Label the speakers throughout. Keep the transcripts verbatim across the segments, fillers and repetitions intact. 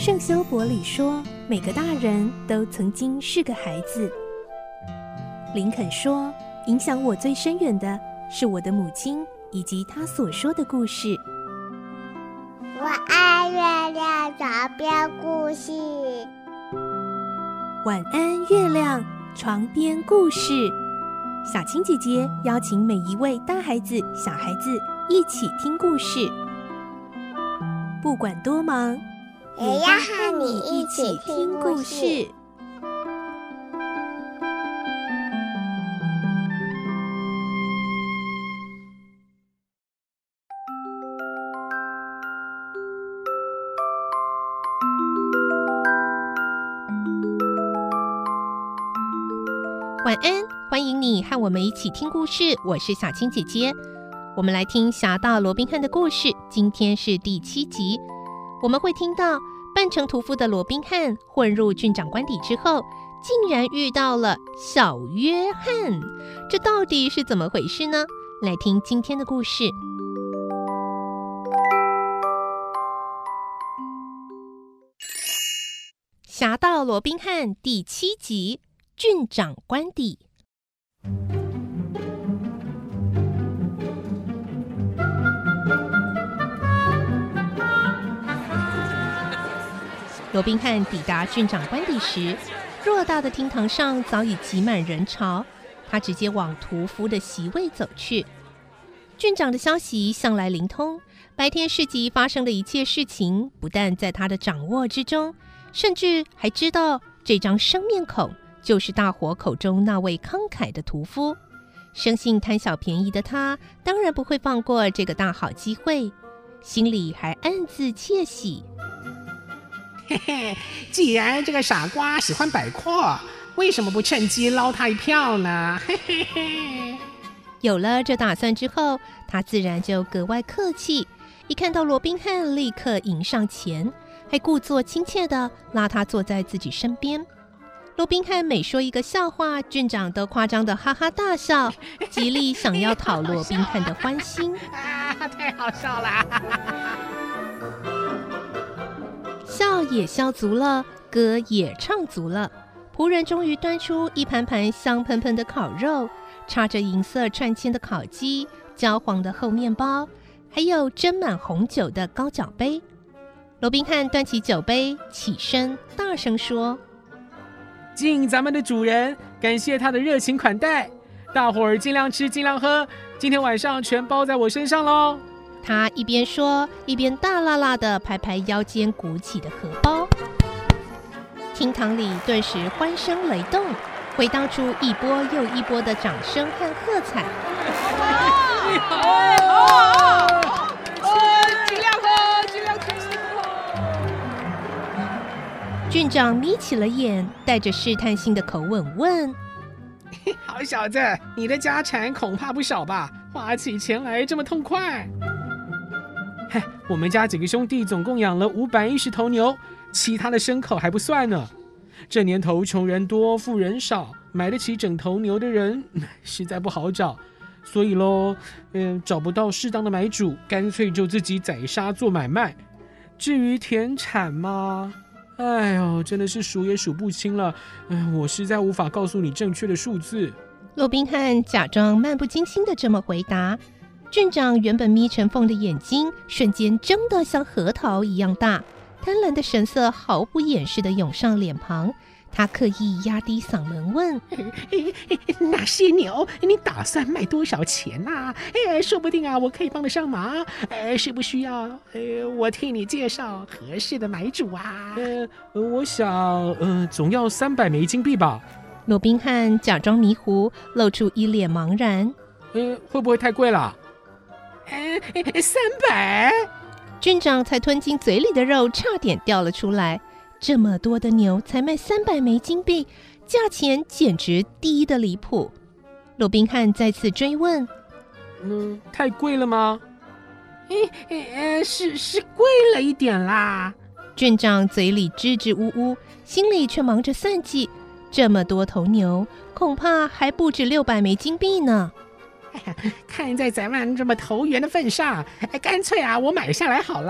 Speaker 1: 圣修伯里说，每个大人都曾经是个孩子。林肯说，影响我最深远的是我的母亲以及她所说的故事。
Speaker 2: 我爱月亮床边故事。
Speaker 1: 晚安，月亮床边故事。小青姐姐邀请每一位大孩子、小孩子一起听故事，不管多忙，
Speaker 2: 也要和你一起听故事。
Speaker 3: 晚安，欢迎你和我们一起听故事，我是小青姐姐。我们来听侠盗罗宾汉的故事，今天是第七集。我们会听到扮成屠夫的罗宾汉混入郡长官邸之后，竟然遇到了小约翰，这到底是怎么回事呢？来听今天的故事。侠盗罗宾汉第七集，郡长官邸。罗宾汉抵达郡长官邸时，偌大的厅堂上早已挤满人潮，他直接往屠夫的席位走去。郡长的消息向来灵通，白天市集发生的一切事情不但在他的掌握之中，甚至还知道这张生面孔就是大伙口中那位慷慨的屠夫。生性贪小便宜的他当然不会放过这个大好机会，心里还暗自窃喜。
Speaker 4: 嘿嘿，既然这个傻瓜喜欢摆阔，为什么不趁机捞他一票呢？嘿嘿嘿。
Speaker 3: 有了这打算之后，他自然就格外客气，一看到罗宾汉立刻迎上前，还故作亲切地拉他坐在自己身边。罗宾汉每说一个笑话，郡长都夸张地哈哈大笑，极力想要讨罗宾汉的欢心。
Speaker 4: 啊，太好笑了！
Speaker 3: 笑也笑足了，歌也唱足了，仆人终于端出一盘盘香喷喷的烤肉，插着银色串签的烤鸡，焦黄的厚面包，还有斟满红酒的高脚杯。罗宾汉端起酒杯，起身大声说：
Speaker 5: 敬咱们的主人，感谢他的热情款待，大伙儿尽量吃尽量喝，今天晚上全包在我身上咯。
Speaker 3: 他一边说，一边大辣辣地拍拍腰间鼓起的荷包。厅堂里顿时欢声雷动，回荡出一波又一波的掌声和喝彩。
Speaker 5: 你好，尽量喝，尽量吃。
Speaker 3: 郡长眯起了眼，带着试探性的口吻问：
Speaker 4: 好小子，你的家产恐怕不少吧？花起钱来这么痛快。
Speaker 5: 嘿，我们家几个兄弟总共养了五百一十头牛，其他的牲口还不算呢。这年头穷人多，富人少，买得起整头牛的人实在不好找，所以咯，嗯，找不到适当的买主，干脆就自己宰杀做买卖。至于田产嘛，哎呦，真的是数也数不清了，嗯，我实在无法告诉你正确的数字。
Speaker 3: 罗宾汉假装漫不经心的这么回答。郡长原本眯成缝的眼睛瞬间睁得像核桃一样大，贪婪的神色毫不掩饰地涌上脸庞。他刻意压低嗓门问：
Speaker 4: 那些牛你打算卖多少钱啊？哎，说不定啊，我可以帮得上忙。哎，需不需要？哎，我替你介绍合适的买主啊。
Speaker 5: 呃，我想，呃，总要三百枚金币吧。
Speaker 3: 罗宾汉假装迷糊，露出一脸茫然。
Speaker 5: 呃，会不会太贵了？
Speaker 4: 哎，三百！
Speaker 3: 郡长才吞进嘴里的肉差点掉了出来。这么多的牛才卖三百枚金币，价钱简直低得离谱。罗宾汉再次追问：
Speaker 5: 嗯，太贵了吗？
Speaker 4: 哎，是是贵了一点啦。
Speaker 3: 郡长嘴里支支吾吾，心里却忙着算计，这么多头牛，恐怕还不止六百枚金币呢。
Speaker 4: 看在咱们这么投缘的份上，干脆啊，我买下来好了。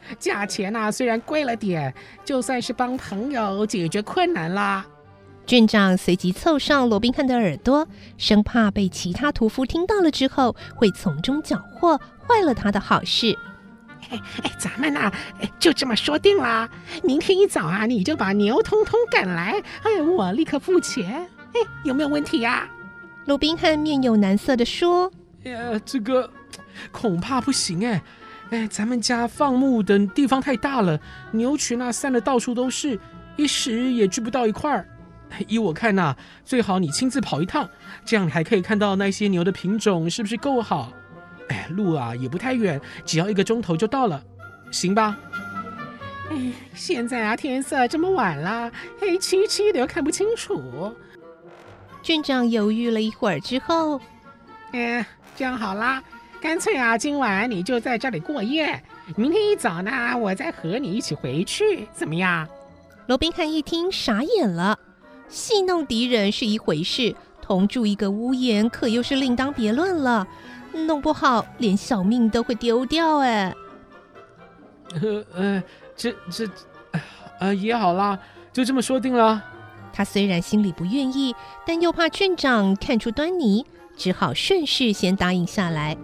Speaker 4: 价钱啊虽然贵了点，就算是帮朋友解决困难啦。
Speaker 3: 郡长随即凑上罗宾汉的耳朵，生怕被其他屠夫听到了之后会从中缴获，坏了他的好事。
Speaker 4: 哎哎，咱们啊，就这么说定了。明天一早啊，你就把牛通通赶来，哎，我立刻付钱。哎，有没有问题呀？
Speaker 3: 罗宾汉面有难色地说：“
Speaker 5: 呃，这个恐怕不行哎。哎，咱们家放牧等地方太大了，牛群啊散得到处都是，一时也聚不到一块儿。依我看呐、啊，最好你亲自跑一趟，这样你还可以看到那些牛的品种是不是够好。哎，路啊也不太远，只要一个钟头就到了，行吧？”
Speaker 4: 哎，现在啊天色这么晚了，黑漆漆的又看不清楚。
Speaker 3: 郡长犹豫了一会儿之后，
Speaker 4: 哎，这样好啦，干脆啊今晚你就在这里过夜，明天一早呢我再和你一起回去，怎么样？
Speaker 3: 罗宾汉一听傻眼了，戏弄敌人是一回事，同住一个屋檐可又是另当别论了，弄不好连小命都会丢掉哎。
Speaker 5: 呃呃，这这，呃也好啦，就这么说定了。
Speaker 3: 他虽然心里不愿意，但又怕郡长看出端倪，只好顺势先答应下来。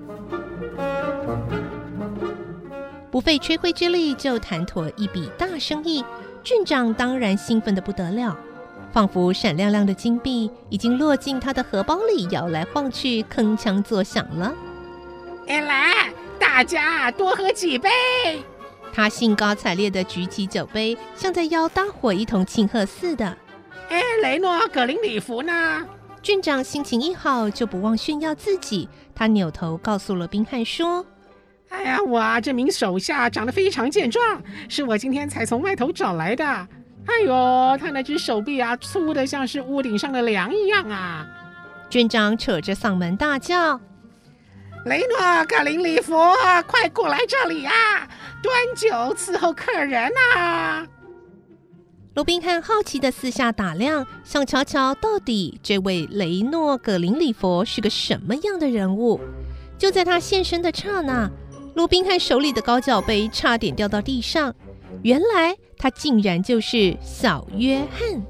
Speaker 3: 不费吹灰之力就谈妥一笔大生意，郡长当然兴奋得不得了，仿佛闪亮亮的金币已经落进他的荷包里，摇来晃去，铿锵作响了。
Speaker 4: 哎，来，大家多喝几杯！
Speaker 3: 他兴高采烈地举起酒杯，像在邀大伙一同庆贺似的。
Speaker 4: 哎，雷诺·葛林里弗呢？
Speaker 3: 郡长心情一好，就不忘炫耀自己。他扭头告诉罗宾汉说：“
Speaker 4: 哎呀，我啊，这名手下长得非常健壮，是我今天才从外头找来的。哎呦，他那只手臂啊，粗的像是屋顶上的梁一样啊！”
Speaker 3: 郡长扯着嗓门大叫：“
Speaker 4: 雷诺·葛林里弗，快过来这里啊！端酒伺候客人啊！”
Speaker 3: 罗宾汉好奇地四下打量，想瞧瞧到底这位雷诺·葛林里佛是个什么样的人物。就在他现身的刹那，罗宾汉手里的高脚杯差点掉到地上，原来他竟然就是小约翰。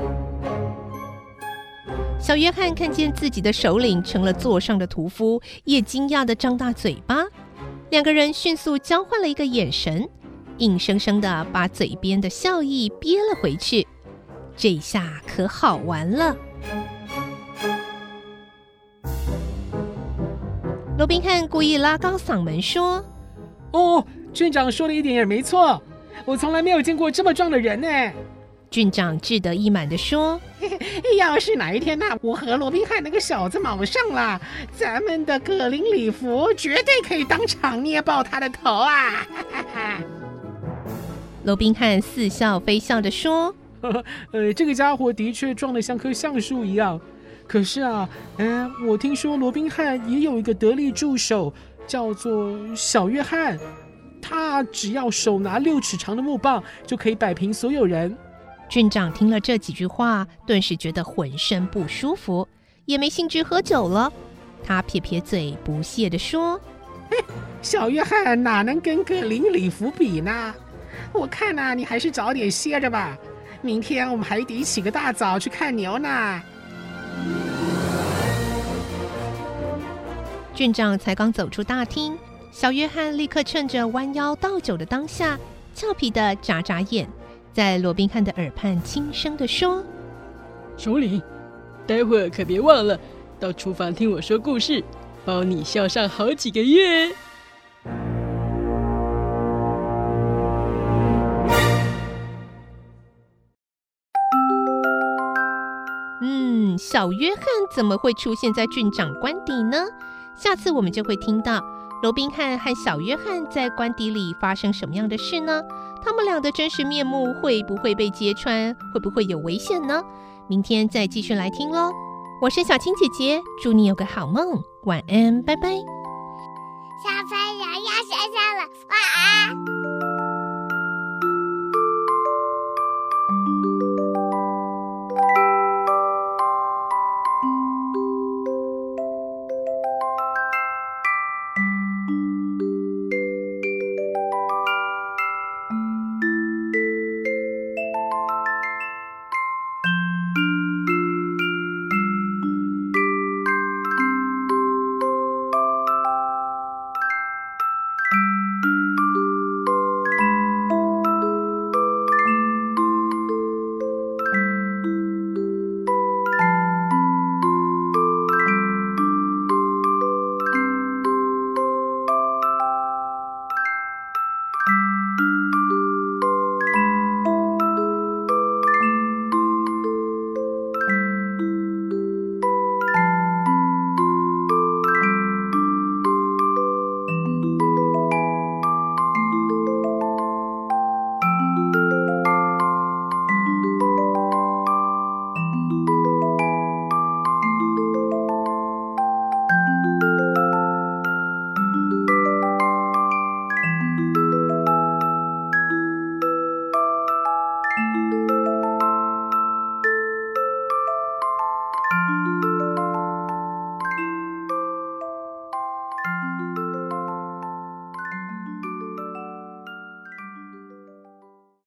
Speaker 3: 小约翰看见自己的首领成了座上的屠夫，也惊讶地张大嘴巴。两个人迅速交换了一个眼神，硬生生地把嘴边的笑意憋了回去。这下可好玩了。罗宾汉故意拉高嗓门说：“
Speaker 5: 哦，郡长说的一点也没错，我从来没有见过这么壮的人呢。”
Speaker 3: 郡长志得意满地说：“
Speaker 4: 要是哪一天呐、啊，我和罗宾汉那个小子卯上了，咱们的葛林里弗绝对可以当场捏爆他的头啊！”
Speaker 3: 罗宾汉似笑非笑地说：“
Speaker 5: 呃，这个家伙的确壮得像棵橡树一样。可是啊，呃，我听说罗宾汉也有一个得力助手，叫做小约翰。他只要手拿六尺长的木棒，就可以摆平所有人。”
Speaker 3: 郡长听了这几句话，顿时觉得浑身不舒服，也没兴致喝酒了。他撇撇嘴，不屑地说：“
Speaker 4: 小约翰哪能跟葛林里弗比呢？我看啊，你还是早点歇着吧。明天我们还得起个大早去看牛呢。”
Speaker 3: 郡长才刚走出大厅，小约翰立刻趁着弯腰倒酒的当下，俏皮地眨眨眼，在罗宾汉的耳畔轻声地说：“
Speaker 6: 首领，待会儿可别忘了到厨房听我说故事，包你笑上好几个月。”
Speaker 3: 嗯，小约翰怎么会出现在郡长官邸呢？下次我们就会听到罗宾汉和小约翰在官邸里发生什么样的事呢？他们俩的真实面目会不会被揭穿？会不会有危险呢？明天再继续来听咯。我是小青姐姐，祝你有个好梦，晚安，拜拜。
Speaker 2: 小朋友要睡觉。